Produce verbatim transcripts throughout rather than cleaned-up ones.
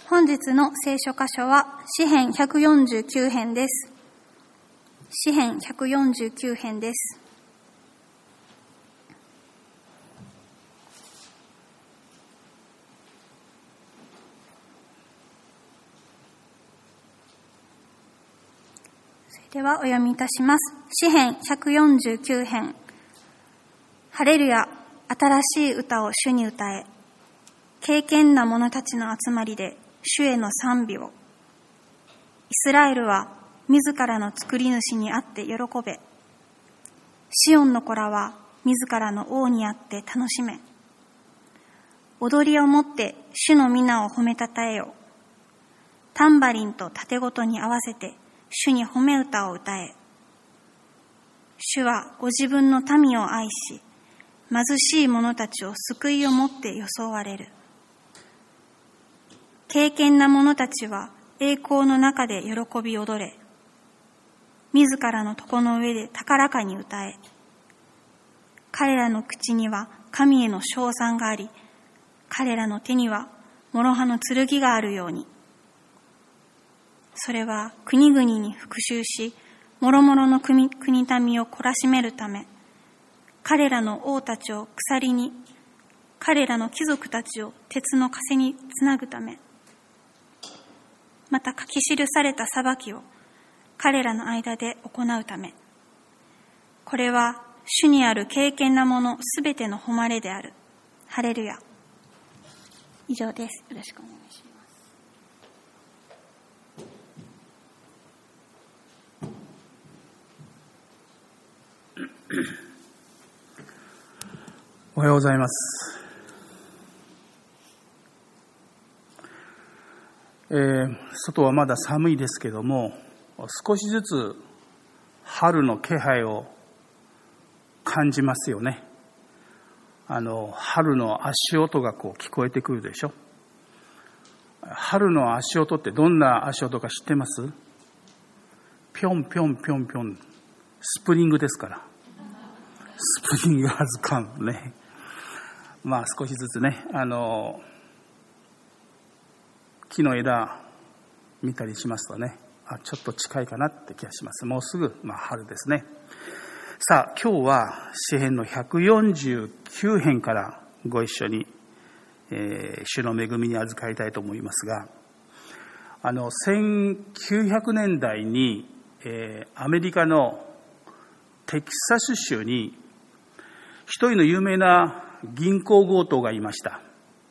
本日の聖書箇所は詩編ひゃくよんじゅうきゅう編です。詩編ひゃくよんじゅうきゅう編です。それではお読みいたします。詩編ひゃくよんじゅうきゅう編。ハレルヤ、新しい歌を主に歌え。敬虔な者たちの集まりで主への賛美を。イスラエルは自らの作り主にあって喜べ。シオンの子らは自らの王にあって楽しめ。踊りをもって主の皆を褒めたたえよ。タンバリンと盾ごとに合わせて主に褒め歌を歌え。主はご自分の民を愛し、貧しい者たちを救いをもって装われる。敬虔な者たちは栄光の中で喜び踊れ。自らの床の上で高らかに歌え。彼らの口には神への称賛があり、彼らの手には諸刃の剣があるように。それは国々に復讐し、諸々の国民を懲らしめるため、彼らの王たちを鎖に、彼らの貴族たちを鉄の枷につなぐため、また書き記された裁きを彼らの間で行うため、これは主にある敬虔な者すべての誉れである。ハレルヤ。以上です。よろしくお願いします。 おはようございます。えー、外はまだ寒いですけども、少しずつ春の気配を感じますよね。あの春の足音がこう聞こえてくるでしょ。春の足音ってどんな足音か知ってます？ぴょんぴょんぴょんぴょん、スプリングですから。スプリンガーズ感ね。まあ少しずつね、あの木の枝見たりしますとね、あ、ちょっと近いかなって気がします。もうすぐ、まあ、春ですね。さあ、今日は詩編のひゃくよんじゅうきゅう編からご一緒に、えー、主の恵みに預かりたいと思いますが、あのせんきゅうひゃくねんだいに、えー、アメリカのテキサス州に一人の有名な銀行強盗がいました。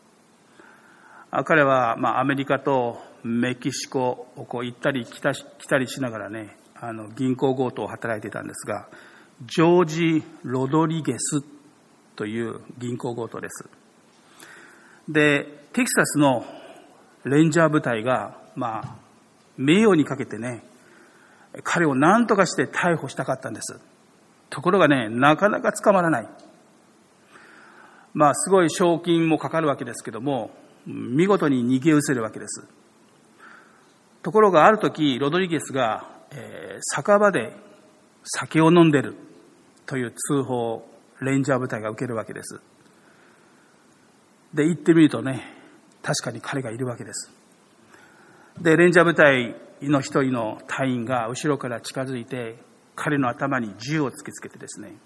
彼は、まあ、アメリカとメキシコをこう行ったり来たし、来たりしながらね、あの銀行強盗を働いていたんですが、ジョージ・ロドリゲスという銀行強盗です。で、テキサスのレンジャー部隊が、まあ、名誉にかけてね、彼を何とかして逮捕したかったんです。ところがね、なかなか捕まらない。まあ、すごい賞金もかかるわけですけども、見事に逃げ失せるわけです。ところがある時、ロドリゲスが、えー、酒場で酒を飲んでるという通報をレンジャー部隊が受けるわけです。で、行ってみるとね、確かに彼がいるわけです。で、レンジャー部隊の一人の隊員が後ろから近づいて、彼の頭に銃を突きつけてですね、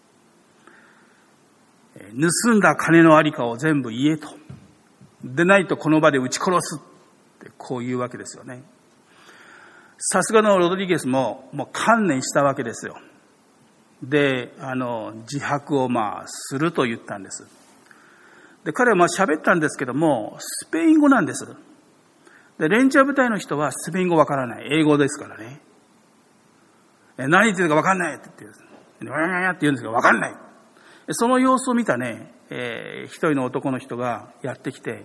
盗んだ金のありかを全部言えと。でないとこの場で撃ち殺すってこう言うわけですよね。さすがのロドリゲスももう観念したわけですよ。で、あの自白をまあすると言ったんです。で、彼はまあ喋ったんですけども、スペイン語なんです。で、レンジャー部隊の人はスペイン語わからない。英語ですからね。え、何言ってるかわかんないって言ってるんです。わやわやって言うんですけどわかんない。その様子を見たね、えー、一人の男の人がやってきて、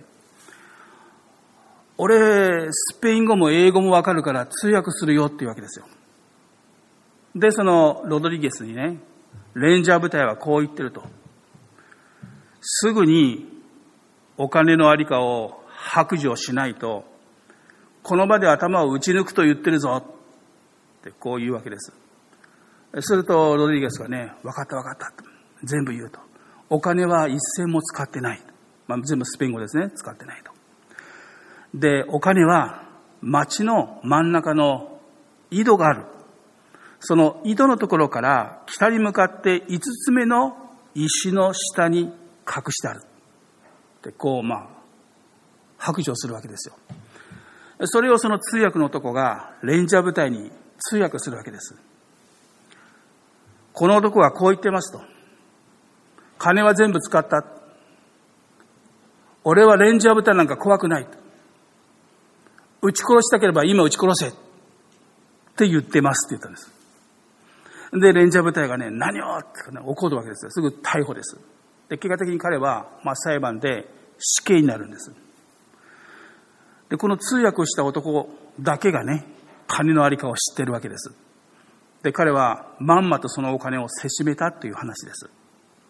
俺、スペイン語も英語もわかるから通訳するよっていうわけですよ。で、そのロドリゲスにね、レンジャー部隊はこう言ってると。すぐにお金のありかを白状しないと、この場で頭を打ち抜くと言ってるぞってこう言うわけです。するとロドリゲスがね、分かった分かったと全部言うと。お金は一銭も使ってない。まあ、全部スペイン語ですね。使ってないと。 で、お金は町の真ん中の井戸がある。その井戸のところから北に向かって五つ目の石の下に隠してある。で、こう、まあ、白状するわけですよ。それをその通訳の男がレンジャー部隊に通訳するわけです。この男はこう言ってますと。金は全部使った。俺はレンジャー部隊なんか怖くない。撃ち殺したければ今撃ち殺せ。って言ってますって言ったんです。で、レンジャー部隊がね、何をって、ね、怒るわけですよ。すぐ逮捕です。で、結果的に彼は、まあ、裁判で死刑になるんです。で、この通訳をした男だけがね、金のありかを知っているわけです。で、彼はまんまとそのお金をせしめたという話です。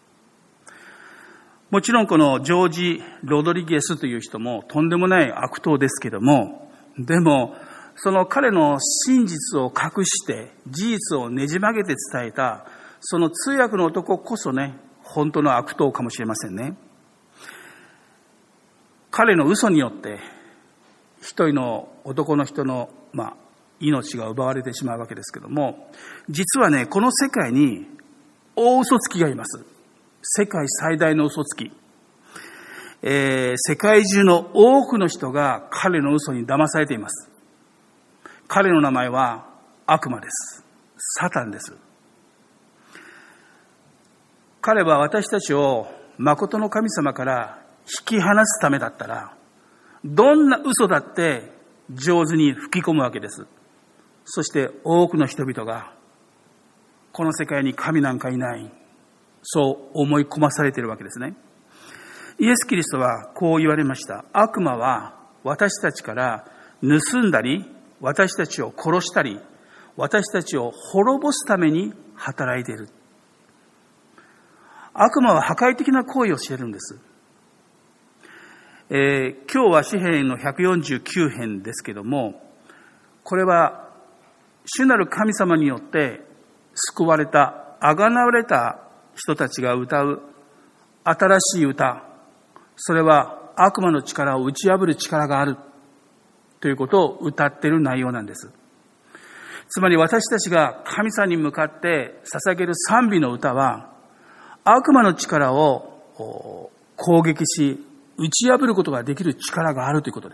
もちろんこのジョージ・ロドリゲスという人もとんでもない悪党ですけども、でも、その彼の真実を隠して事実をねじ曲げて伝えた、その通訳の男こそね、本当の悪党かもしれませんね。彼の嘘によって、一人の男の人の、まあ、命が奪われてしまうわけですけども、実はね、この世界に大嘘つきがいます。世界最大の嘘つき。えー、世界中の多くの人が彼の嘘に騙されています。彼の名前は悪魔です。サタンです。彼は私たちを誠の神様から引き離すためだったら、どんな嘘だって上手に吹き込むわけです。そして多くの人々がこの世界に神なんかいない、そう思い込まされているわけですね。イエス・キリストはこう言われました。悪魔は私たちから盗んだり、私たちを殺したり、私たちを滅ぼすために働いている。悪魔は破壊的な行為をしているんです。えー、今日は詩編のひゃくよんじゅうきゅう編ですけども、これは主なる神様によって救われた、贖われた人たちが歌う新しい歌、それは悪魔の力を打ち破る力があるということを歌っている内容なんです。つまり私たちが神様に向かって捧げる賛美の歌は、悪魔の力を攻撃し、打ち破ることができる力があるということです。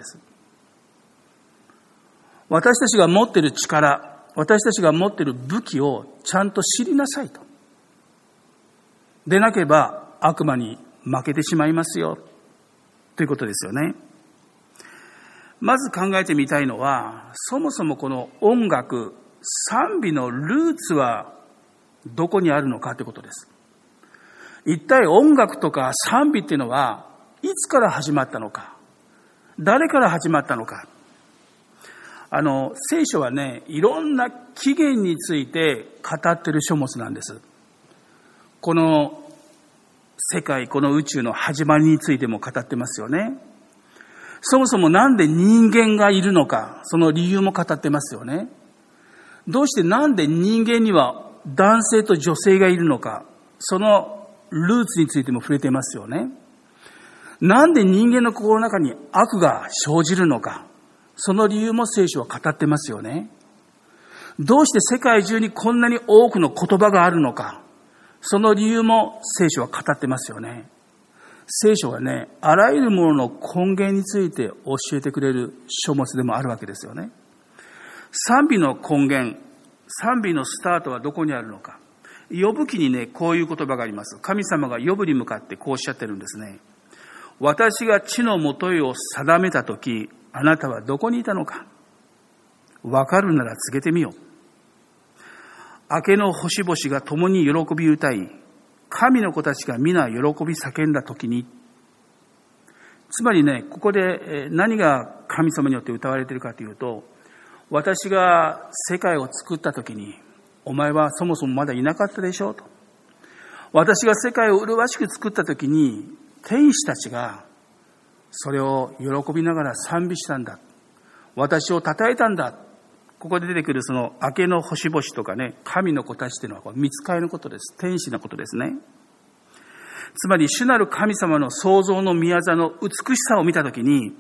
私たちが持っている力、私たちが持っている武器をちゃんと知りなさいと。でなければ悪魔に負けてしまいますよということですよね。まず考えてみたいのは、そもそもこの音楽、賛美のルーツはどこにあるのかということです。一体音楽とか賛美っていうのはいつから始まったのか、誰から始まったのか。あの聖書はね、いろんな起源について語っている書物なんです。この世界、この宇宙の始まりについても語ってますよね。そもそもなんで人間がいるのか、その理由も語ってますよね。どうしてなんで人間には男性と女性がいるのか、そのルーツについても触れていますよね。なんで人間の心の中に悪が生じるのか、その理由も聖書は語ってますよね。どうして世界中にこんなに多くの言葉があるのか、その理由も聖書は語ってますよね。聖書はね、あらゆるものの根源について教えてくれる書物でもあるわけですよね。賛美の根源、賛美のスタートはどこにあるのか。ヨブ記にね、こういう言葉があります。神様がヨブに向かってこうおっしゃってるんですね。私が地のもとへを定めたとき、あなたはどこにいたのか。わかるなら告げてみよう。明けの星々が共に喜び歌い、神の子たちが皆喜び叫んだときに、つまりね、ここで何が神様によって歌われているかというと、私が世界を作ったときに、お前はそもそもまだいなかったでしょうと。私が世界を麗しく作ったときに、天使たちがそれを喜びながら賛美したんだ。私を称えたんだ。ここで出てくるその明けの星々とかね、神の子たちというのは御使いのことです。天使のことですね。つまり主なる神様の創造の宮座の美しさを見たときに、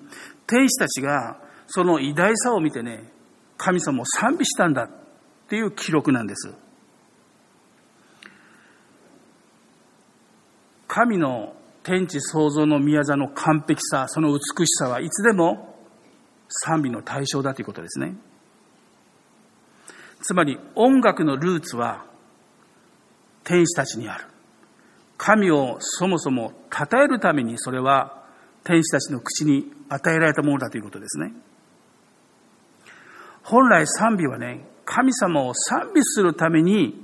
天使たちがその偉大さを見てね、神様を賛美したんだっていう記録なんです。神の天地創造の宮座の完璧さ、その美しさはいつでも賛美の対象だということですね。つまり音楽のルーツは天使たちにある。神をそもそも称えるために、それは天使たちの口に与えられたものだということですね。本来賛美はね、神様を賛美するために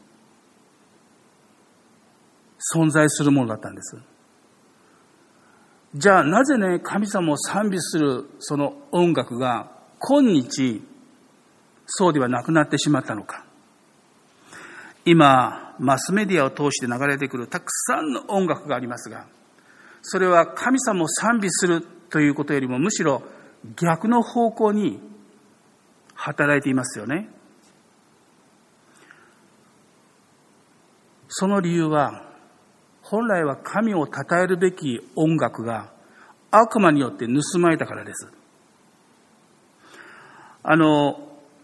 存在するものだったんです。じゃあなぜね、神様を賛美するその音楽が今日そうではなくなってしまったのか。今マスメディアを通して流れてくるたくさんの音楽がありますが、それは神様を賛美するということよりもむしろ逆の方向に働いていますよね。その理由は、本来は神を称えるべき音楽が悪魔によって盗まれたからです。あの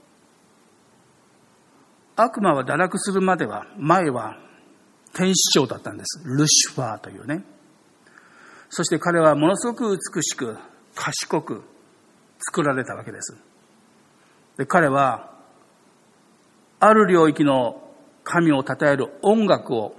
悪魔は堕落するまでは、前は天使長だったんです。ルシファーというね。そして彼はものすごく美しく賢く作られたわけです。で、彼はある領域の神を称える音楽を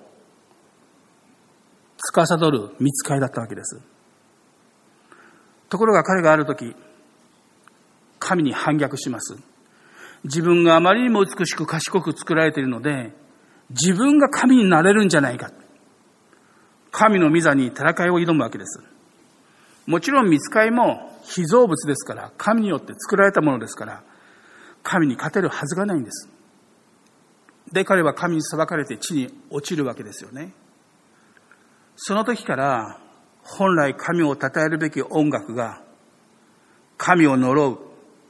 司る御使いだったわけです。ところが彼がある時、神に反逆します。自分があまりにも美しく賢く作られているので、自分が神になれるんじゃないか。神の御座に戦いを挑むわけです。もちろん御使いも被造物ですから、神によって作られたものですから、神に勝てるはずがないんです。で、彼は神に裁かれて地に落ちるわけですよね。その時から本来神を称えるべき音楽が神を呪う、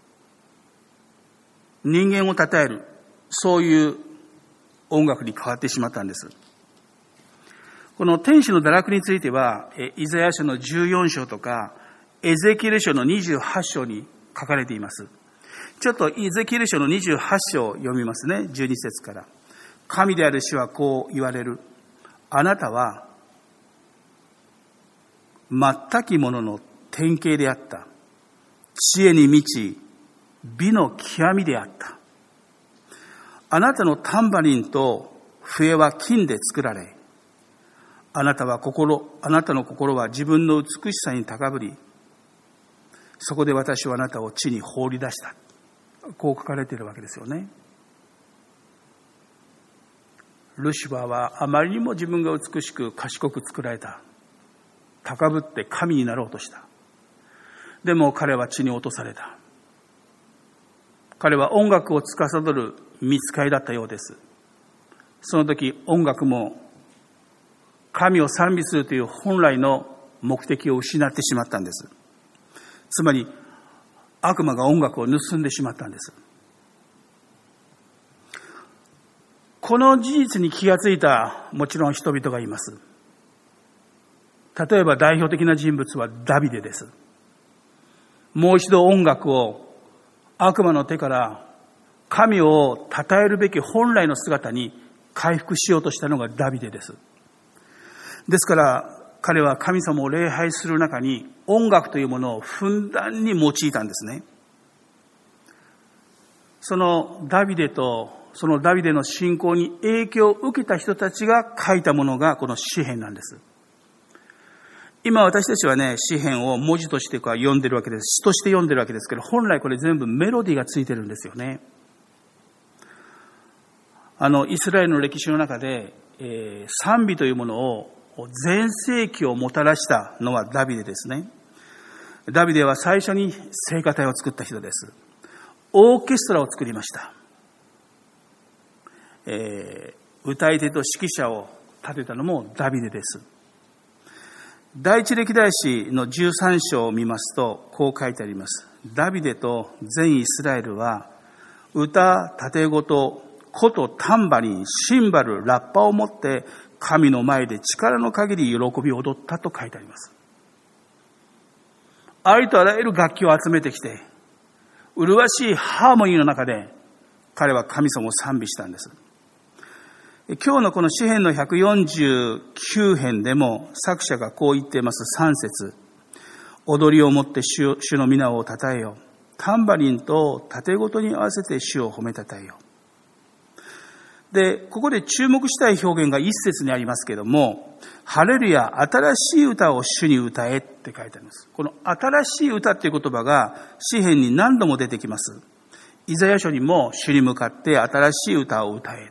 人間を称える、そういう音楽に変わってしまったんです。この天使の堕落については、イザヤ書のじゅうよん章とかエゼキエル書のにじゅうはち章に書かれています。ちょっとエゼキエル書のにじゅうはち章を読みますね。じゅうに節から。神である主はこう言われる。あなたは全きものの典型であった。知恵に満ち、美の極みであった。あなたのタンバリンと笛は金で作られ、あなたは心、あなたの心は自分の美しさに高ぶり、そこで私はあなたを地に放り出した。こう書かれているわけですよね。ルシファーはあまりにも自分が美しく賢く作られた。高ぶって神になろうとした。でも彼は地に落とされた。彼は音楽を司る御使いだったようです。その時音楽も神を賛美するという本来の目的を失ってしまったんです。つまり悪魔が音楽を盗んでしまったんです。この事実に気がついたもちろん人々がいます。例えば代表的な人物はダビデです。もう一度音楽を悪魔の手から神を称えるべき本来の姿に回復しようとしたのがダビデです。ですから彼は神様を礼拝する中に音楽というものをふんだんに用いたんですね。そのダビデとそのダビデの信仰に影響を受けた人たちが書いたものがこの詩編なんです。今私たちはね、詩編を文字として読んでるわけです。詩として読んでるわけですけど、本来これ全部メロディーがついてるんですよね。あの、イスラエルの歴史の中で、えー、賛美というものを全盛期をもたらしたのはダビデですね。ダビデは最初に聖歌隊を作った人です。オーケストラを作りました。えー、歌い手と指揮者を立てたのもダビデです。第一歴代史のじゅうさん章を見ますと、こう書いてあります。ダビデと全イスラエルは、歌、盾琴、琴、タンバリン、シンバル、ラッパを持って、神の前で力の限り喜び踊ったと書いてあります。 ありとあらゆる楽器を集めてきて、麗しいハーモニーの中で彼は神様を賛美したんです。今日のこの詩編のひゃくよんじゅうきゅう編でも作者がこう言っています。さん節。踊りをもって主の皆をたたえよ。タンバリンと盾ごとに合わせて主を褒めたたえよ。で、ここで注目したい表現が一節にありますけれども、ハレルヤ、新しい歌を主に歌えって書いてあります。この新しい歌っていう言葉が詩編に何度も出てきます。イザヤ書にも主に向かって新しい歌を歌え。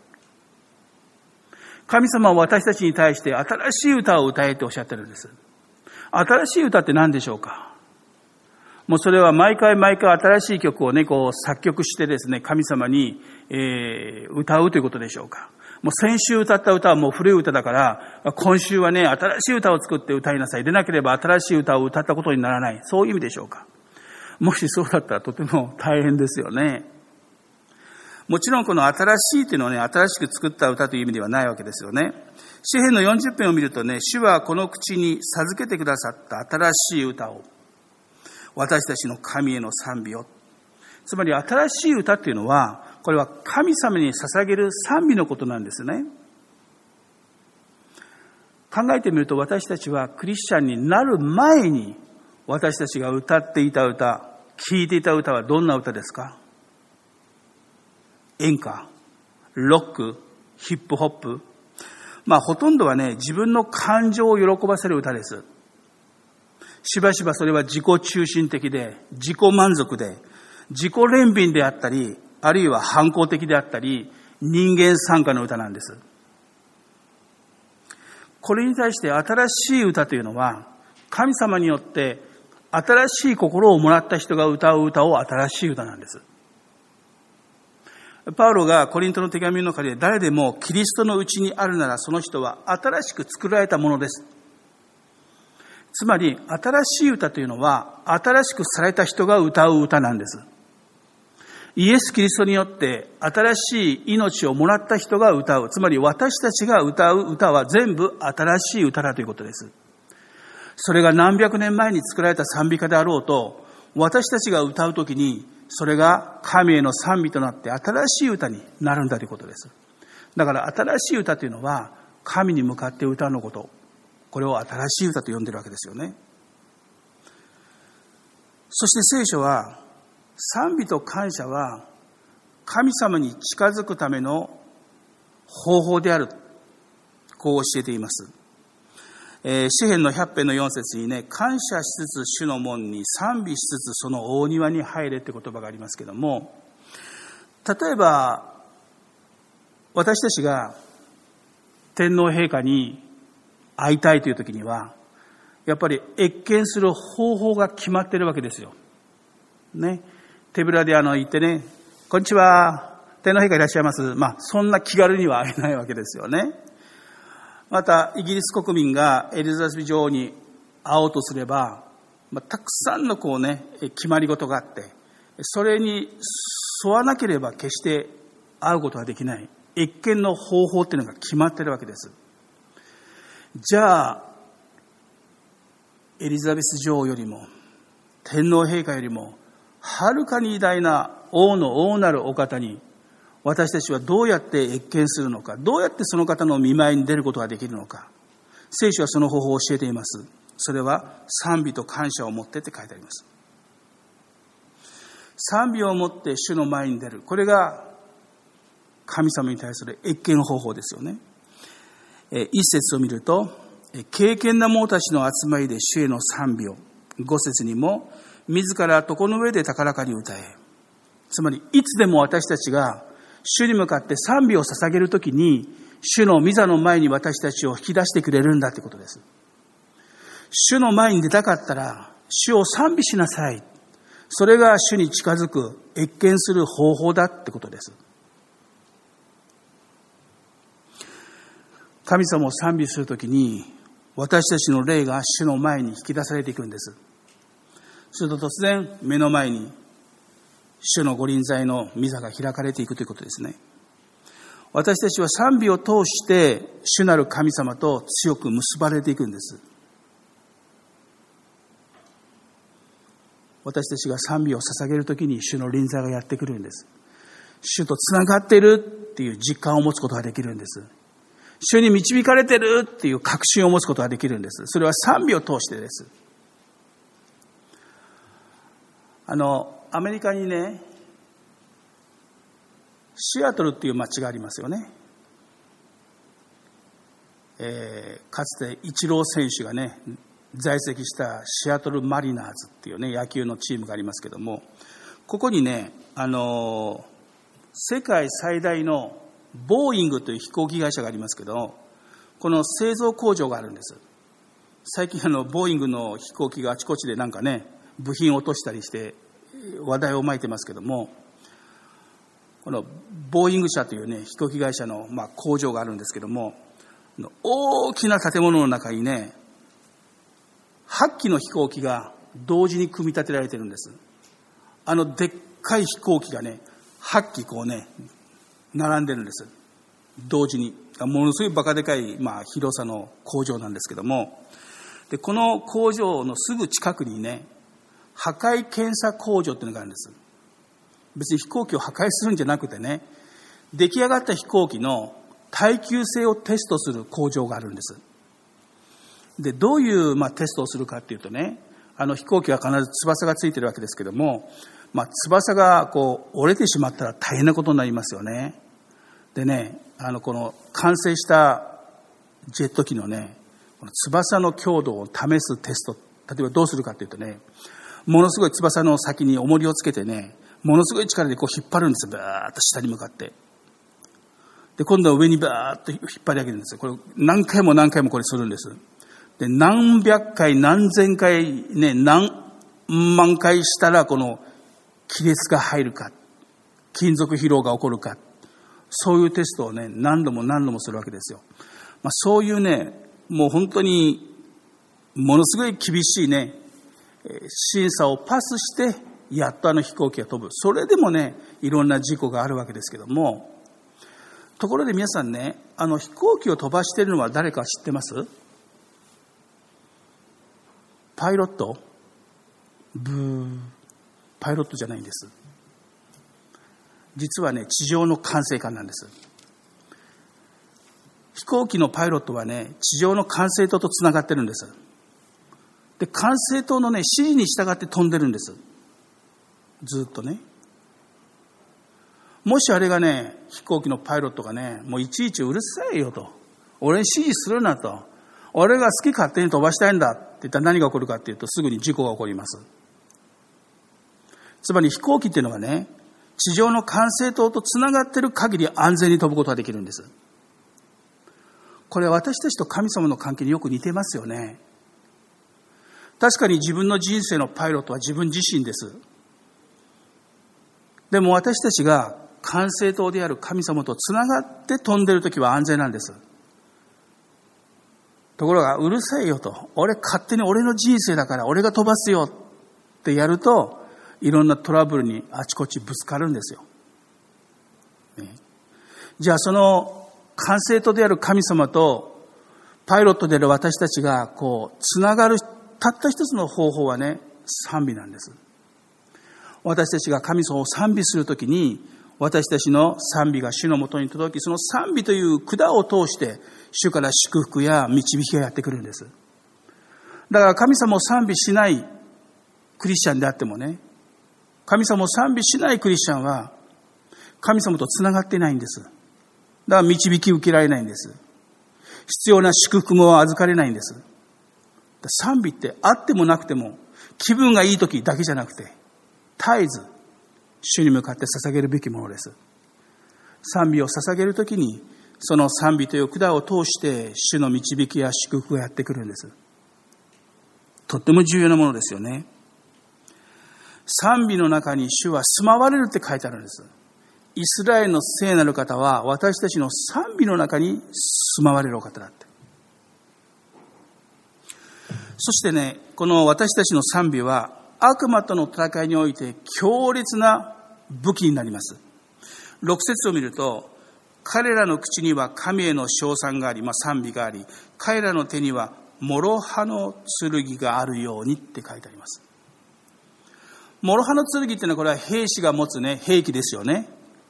神様は私たちに対して新しい歌を歌えっておっしゃってるんです。新しい歌って何でしょうか？もうそれは毎回毎回新しい曲をね、こう作曲してですね、神様に、えー、歌うということでしょうか？もう先週歌った歌はもう古い歌だから、今週はね、新しい歌を作って歌いなさい。でなければ新しい歌を歌ったことにならない。そういう意味でしょうか？もしそうだったらとても大変ですよね。もちろんこの新しいというのはね、新しく作った歌という意味ではないわけですよね。詩編のよんじゅっ編を見るとね、主はこの口に授けてくださった新しい歌を、私たちの神への賛美を。つまり新しい歌っていうのは、これは神様に捧げる賛美のことなんですね。考えてみると、私たちはクリスチャンになる前に、私たちが歌っていた歌、聴いていた歌はどんな歌ですか？演歌、ロック、ヒップホップ。まあほとんどはね、自分の感情を喜ばせる歌です。しばしばそれは自己中心的で、自己満足で、自己憐憫であったり、あるいは反抗的であったり、人間参加の歌なんです。これに対して新しい歌というのは、神様によって新しい心をもらった人が歌う歌を新しい歌なんです。パウロがコリントの手紙の中で、誰でもキリストのうちにあるならその人は新しく作られたものです。つまり新しい歌というのは新しくされた人が歌う歌なんです。イエス・キリストによって新しい命をもらった人が歌う。つまり私たちが歌う歌は全部新しい歌だということです。それが何百年前に作られた賛美歌であろうと、私たちが歌うときにそれが神への賛美となって新しい歌になるんだということです。だから新しい歌というのは神に向かって歌うのこと。これを新しい歌と呼んでいるわけですよね。そして聖書は賛美と感謝は神様に近づくための方法である。こう教えています。えー、詩編のひゃく編のよん節にね、感謝しつつ主の門に賛美しつつその大庭に入れって言葉がありますけども、例えば私たちが天皇陛下に会いたいという時にはやっぱり謁見する方法が決まっているわけですよ。ね、手ぶらであの行ってね、こんにちは、天皇陛下いらっしゃいます。まあそんな気軽には会えないわけですよね。またイギリス国民がエリザベス女王に会おうとすれば、まあ、たくさんのこうね決まり事があって、それに沿わなければ決して会うことができない謁見の方法っていうのが決まっているわけです。じゃあエリザベス女王よりも天皇陛下よりもはるかに偉大な王の王なるお方に私たちはどうやって謁見するのか、どうやってその方の見舞いに出ることができるのか、聖書はその方法を教えています。それは賛美と感謝を持ってって書いてあります。賛美を持って主の前に出る、これが神様に対する謁見方法ですよね。一節を見ると、敬虔な者たちの集まりで主への賛美を、五節にも自ら床の上で高らかに歌え。つまりいつでも私たちが主に向かって賛美を捧げるときに、主の御座の前に私たちを引き出してくれるんだってことです。主の前に出たかったら、主を賛美しなさい。それが主に近づく、謁見する方法だってことです。神様を賛美するときに、私たちの霊が主の前に引き出されていくんです。すると突然、目の前に、主の御臨在の御座が開かれていくということですね。私たちは賛美を通して主なる神様と強く結ばれていくんです。 私たちが賛美を捧げるときに主の臨在がやってくるんです。主とつながっているっていう実感を持つことができるんです。主に導かれているっていう確信を持つことができるんです。それは賛美を通してです。あの、アメリカにね、シアトルっていう街がありますよね。えー、かつてイチロー選手がね、在籍したシアトルマリナーズっていうね、野球のチームがありますけども、ここにね、あの、世界最大のボーイングという飛行機会社がありますけど、この製造工場があるんです。最近あの、ボーイングの飛行機があちこちでなんかね、部品を落としたりして話題をまいてますけども、このボーイング社というね、飛行機会社のまあ工場があるんですけども、大きな建物の中にね、はっきの飛行機が同時に組み立てられてるんです。あのでっかい飛行機がね、はっきこうね、並んでるんです。同時に。ものすごいバカでかい、まあ、広さの工場なんですけども、で、この工場のすぐ近くにね、破壊検査工場っていうのがあるんです。別に飛行機を破壊するんじゃなくてね、出来上がった飛行機の耐久性をテストする工場があるんです。で、どういう、まあ、テストをするかっていうとね、あの飛行機は必ず翼がついてるわけですけども、まあ、翼がこう折れてしまったら大変なことになりますよね。でね、あのこの完成したジェット機のね、この翼の強度を試すテスト、例えばどうするかっていうとね、ものすごい翼の先に重りをつけてね、ものすごい力でこう引っ張るんですよ。バーッと下に向かって。で、今度は上にバーッと引っ張り上げるんですよ。これ何回も何回もこれするんです。で、何百回、何千回、ね、何万回したらこの亀裂が入るか、金属疲労が起こるか、そういうテストをね、何度も何度もするわけですよ。まあ、そういうね、もう本当にものすごい厳しいね、審査をパスしてやっとあの飛行機が飛ぶ。それでもね、いろんな事故があるわけですけども、ところで皆さんね、あの飛行機を飛ばしているのは誰か知ってます？パイロット？ブー。パイロットじゃないんです。実はね、地上の管制官なんです。飛行機のパイロットはね、地上の管制塔とつながってるんです。で、管制塔のね、指示に従って飛んでるんです。ずっとね。もしあれがね、飛行機のパイロットがね、もういちいちうるさいよと。俺に指示するなと。俺が好き勝手に飛ばしたいんだって言ったら何が起こるかっていうと、すぐに事故が起こります。つまり飛行機っていうのはね、地上の管制塔とつながっている限り安全に飛ぶことができるんです。これは私たちと神様の関係によく似てますよね。確かに自分の人生のパイロットは自分自身です。でも私たちが管制塔である神様とつながって飛んでいるときは安全なんです。ところがうるさいよと、俺勝手に俺の人生だから俺が飛ばすよってやると、いろんなトラブルにあちこちぶつかるんですよ。ね、じゃあその管制塔である神様とパイロットである私たちがこうつながるたった一つの方法はね、賛美なんです。私たちが神様を賛美するときに、私たちの賛美が主のもとに届き、その賛美という管を通して主から祝福や導きがやってくるんです。だから神様を賛美しないクリスチャンであってもね、神様を賛美しないクリスチャンは神様とつながっていないんです。だから導き受けられないんです。必要な祝福も預かれないんです。賛美ってあってもなくても、気分がいい時だけじゃなくて、絶えず主に向かって捧げるべきものです。賛美を捧げるときに、その賛美という管を通して主の導きや祝福がやってくるんです。とっても重要なものですよね。賛美の中に主は住まわれるって書いてあるんです。イスラエルの聖なる方は私たちの賛美の中に住まわれるお方だって。そしてね、この私たちの賛美は悪魔との戦いにおいて強烈な武器になります。ろく節を見ると、彼らの口には神への称賛があり、まあ、賛美があり、彼らの手には諸刃の剣があるようにって書いてあります。 諸刃の剣っていうのはこれは兵士が持つね、兵器ですよね。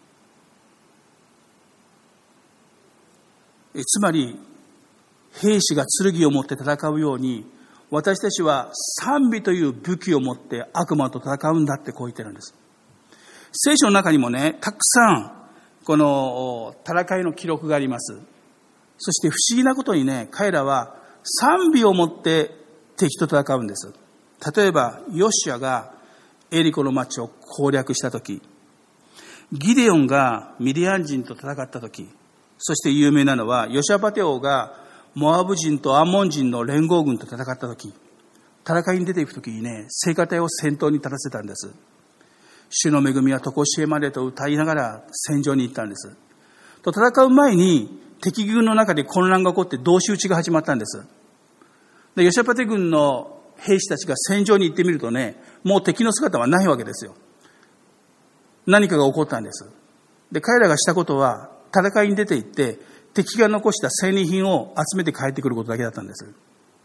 えつまり、兵士が剣を持って戦うように、私たちは賛美という武器を持って悪魔と戦うんだってこう言ってるんです。聖書の中にもね、たくさんこの戦いの記録があります。そして不思議なことにね、彼らは賛美を持って敵と戦うんです。例えば、ヨシュアがエリコの町を攻略したとき、ギデオンがミディアン人と戦ったとき、そして有名なのは、ヨシャパテ王がモアブ人とアンモン人の連合軍と戦ったとき、戦いに出ていくときにね、聖歌隊を先頭に立たせたんです。主の恵みは常しえまでと歌いながら戦場に行ったんです。と戦う前に敵軍の中で混乱が起こって同士討ちが始まったんです。で、ヨシャパテ軍の兵士たちが戦場に行ってみるとね、もう敵の姿はないわけですよ。何かが起こったんです。で、彼らがしたことは戦いに出て行って敵が残した戦利品を集めて帰ってくることだけだったんです。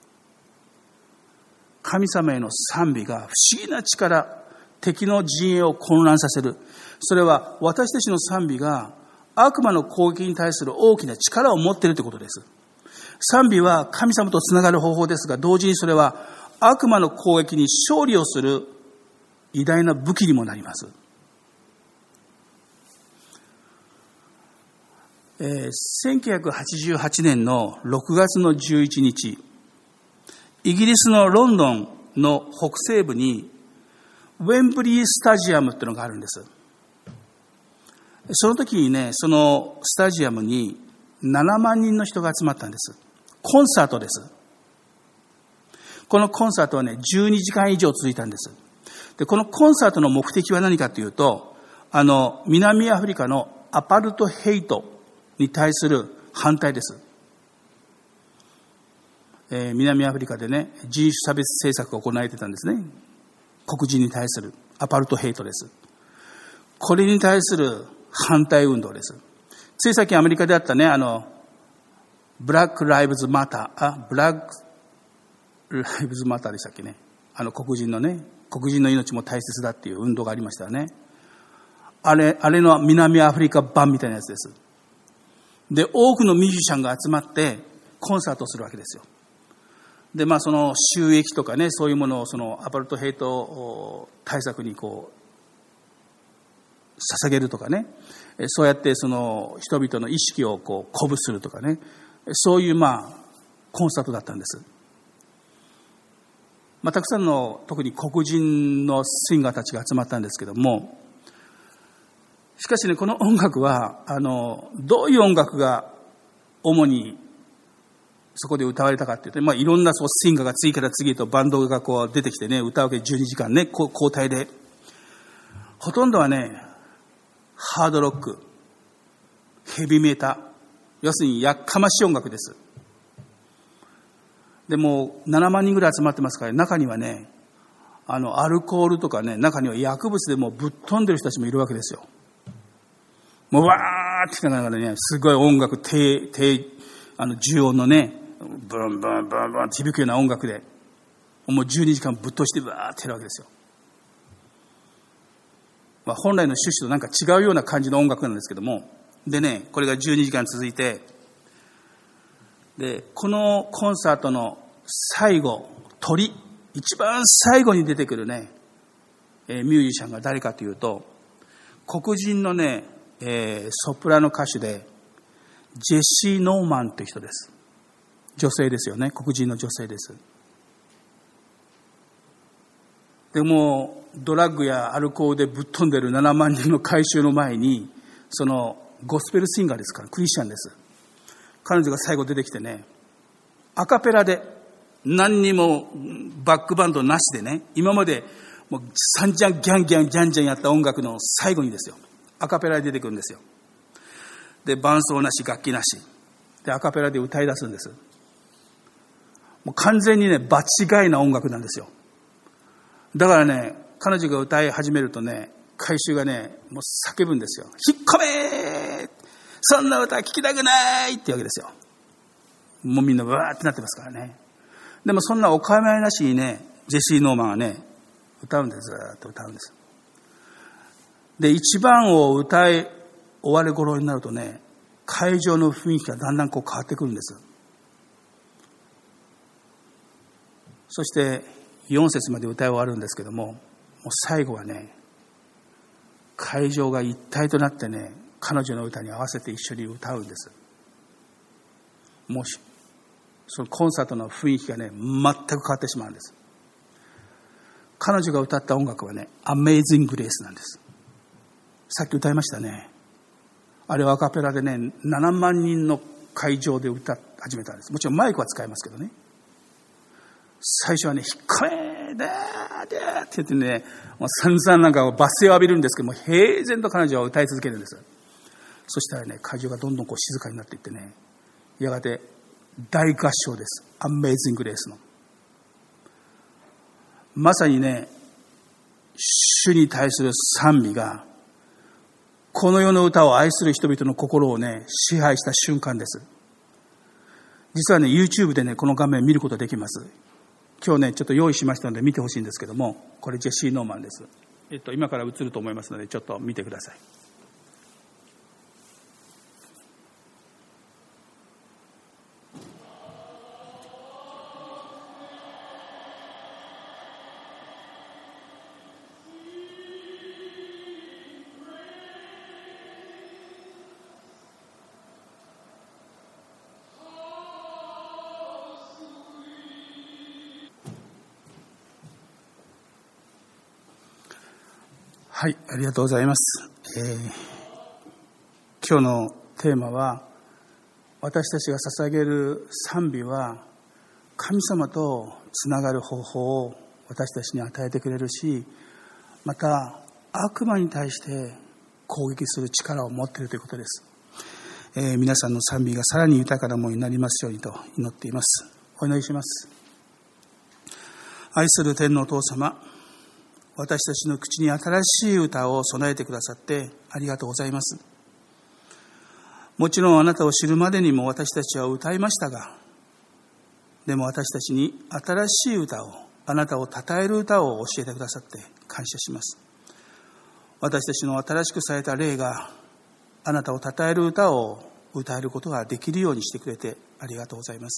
神様への賛美が不思議な力、敵の陣営を混乱させる。それは私たちの賛美が悪魔の攻撃に対する大きな力を持っているということです。賛美は神様とつながる方法ですが、同時にそれは悪魔の攻撃に勝利をする偉大な武器にもなります。えー、せんきゅうひゃくはちじゅうはちねんのろくがつのじゅういちにち、イギリスのロンドンの北西部にウェンブリースタジアムっていうのがあるんです。その時にね、そのスタジアムにななまんにんの人が集まったんです。コンサートです。このコンサートはね、じゅうにじかん以上続いたんです。で、このコンサートの目的は何かというと、あの、南アフリカのアパルトヘイトに対する反対です。えー、南アフリカでね、人種差別政策が行われてたんですね。黒人に対するアパルトヘイトです。これに対する反対運動です。つい最近アメリカであったね、あの、ブラックライブズマター、あ、ブラックライブズマターでしたっけね。あの黒人のね、黒人の命も大切だっていう運動がありましたよね。あれ、あれの南アフリカ版みたいなやつです。で、多くのミュージシャンが集まってコンサートをするわけですよ。で、まあその収益とかね、そういうものをそのアパルトヘイト対策にこう捧げるとかね、そうやってその人々の意識をこう鼓舞するとかね、そういうまあコンサートだったんです。まあたくさんの特に黒人のシンガーたちが集まったんですけども、しかしね、この音楽はあのどういう音楽が主にそこで歌われたかっていうと、まあ、いろんなそうシンガーが次から次へとバンドがこう出てきてね、歌うわけじゅうにじかんね、交代で。ほとんどはね、ハードロック、ヘビメータ、要するにやっかましい音楽です。でもななまんにんぐらい集まってますから、中にはね、あのアルコールとかね、中には薬物でもうぶっ飛んでる人たちもいるわけですよ。もうわーって言いながらね、すごい音楽、低、低、あの重音のね、ブンブンブンブンって響くような音楽で、もうじゅうにじかんぶっ通してわーってやるわけですよ。まあ、本来の趣旨となんか違うような感じの音楽なんですけども、でね、これがじゅうにじかん続いて、で、このコンサートの最後、鳥、一番最後に出てくるね、えー、ミュージシャンが誰かというと、黒人のね、えー、ソプラノ歌手で、ジェシー・ノーマンという人です。女性ですよね。黒人の女性です。でもドラッグやアルコールでぶっ飛んでるななまんにんの回収の前に、そのゴスペルシンガーですから、クリスチャンです。彼女が最後出てきてね、アカペラで何にもバックバンドなしでね、今までもう散々ギャンギャンギャンギャンやった音楽の最後にですよ、アカペラで出てくるんですよ。で、伴奏なし、楽器なしでアカペラで歌い出すんです。もう完全にね、場違いな音楽なんですよ。だからね、彼女が歌い始めるとね、回収がね、もう叫ぶんですよ。引っ込めー、そんな歌聴きたくないってわけですよ。もうみんなわーってなってますからね。でもそんなお構いなしにね、ジェシー・ノーマンはね、 歌うんです。ずっと歌うんです。で、一番を歌い終わる頃になるとね、会場の雰囲気がだんだんこう変わってくるんです。そしてよん節まで歌い終わるんですけども、もう最後はね、会場が一体となってね、彼女の歌に合わせて一緒に歌うんです。もうそのコンサートの雰囲気がね、全く変わってしまうんです。彼女が歌った音楽はね、Amazing Grace なんです。さっき歌いましたね。あれはアカペラでね、ななまんにんの会場で歌い始めたんです。もちろんマイクは使えますけどね。最初はね、引っ込めーでーでーって言ってね、もう散々なんか罵声を浴びるんですけども、平然と彼女は歌い続けるんです。そしたらね、会場がどんどんこう静かになっていってね、やがて大合唱です。Amazing Grace の。まさにね、主に対する賛美が、この世の歌を愛する人々の心をね、支配した瞬間です。実はね、YouTube でね、この画面見ることができます。今日ね、ちょっと用意しましたので見てほしいんですけども、これジェシー・ノーマンです。えっと、今から映ると思いますので、ちょっと見てください。はい、ありがとうございます。えー、今日のテーマは、私たちが捧げる賛美は神様とつながる方法を私たちに与えてくれるし、また悪魔に対して攻撃する力を持っているということです。えー、皆さんの賛美がさらに豊かなものになりますようにと祈っています。お祈りします。愛する天のお父様、私たちの口に新しい歌を備えてくださってありがとうございます。もちろんあなたを知るまでにも私たちは歌いましたが、でも私たちに新しい歌を、あなたを称える歌を教えてくださって感謝します。私たちの新しくされた霊があなたを称える歌を歌えることができるようにしてくれてありがとうございます。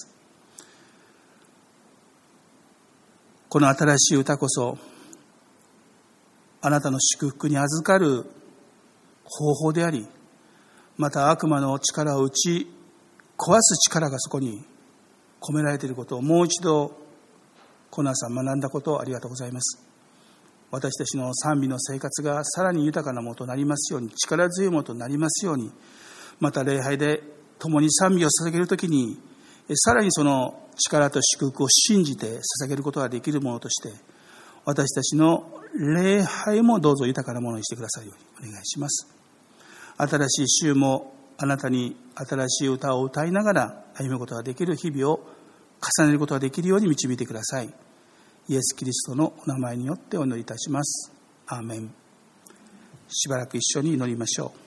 この新しい歌こそあなたの祝福に預かる方法であり、また悪魔の力を打ち壊す力がそこに込められていることをもう一度コナーさん学んだことをありがとうございます。私たちの賛美の生活がさらに豊かなものとなりますように、力強いものとなりますように、また礼拝で共に賛美を捧げるときにさらにその力と祝福を信じて捧げることができるものとして、私たちの礼拝もどうぞ豊かなものにしてくださるようにお願いします。新しい週もあなたに新しい歌を歌いながら歩むことができる日々を重ねることができるように導いてください。イエス・キリストのお名前によってお祈りいたします。アーメン。しばらく一緒に祈りましょう。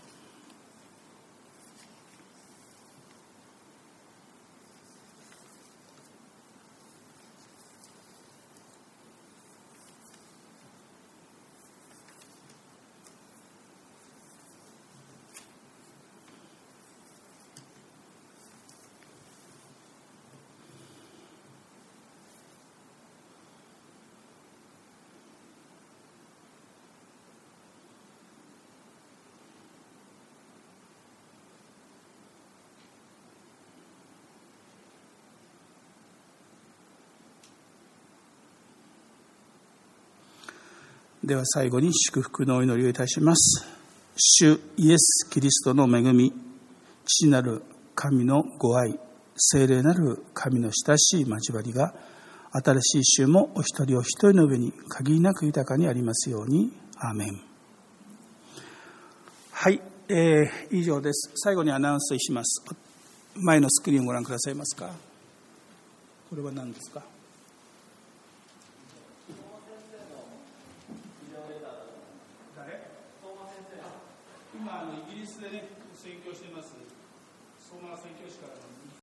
では最後に祝福のお祈りをいたします。主イエス・キリストの恵み、父なる神のご愛、聖霊なる神の親しい交わりが、新しい週もお一人お一人の上に限りなく豊かにありますように。アーメン。はい、えー、以上です。最後にアナウンスします。前のスクリーンをご覧くださいますか。これは何ですか。今あのイギリスでね宣教しています相馬宣教師からの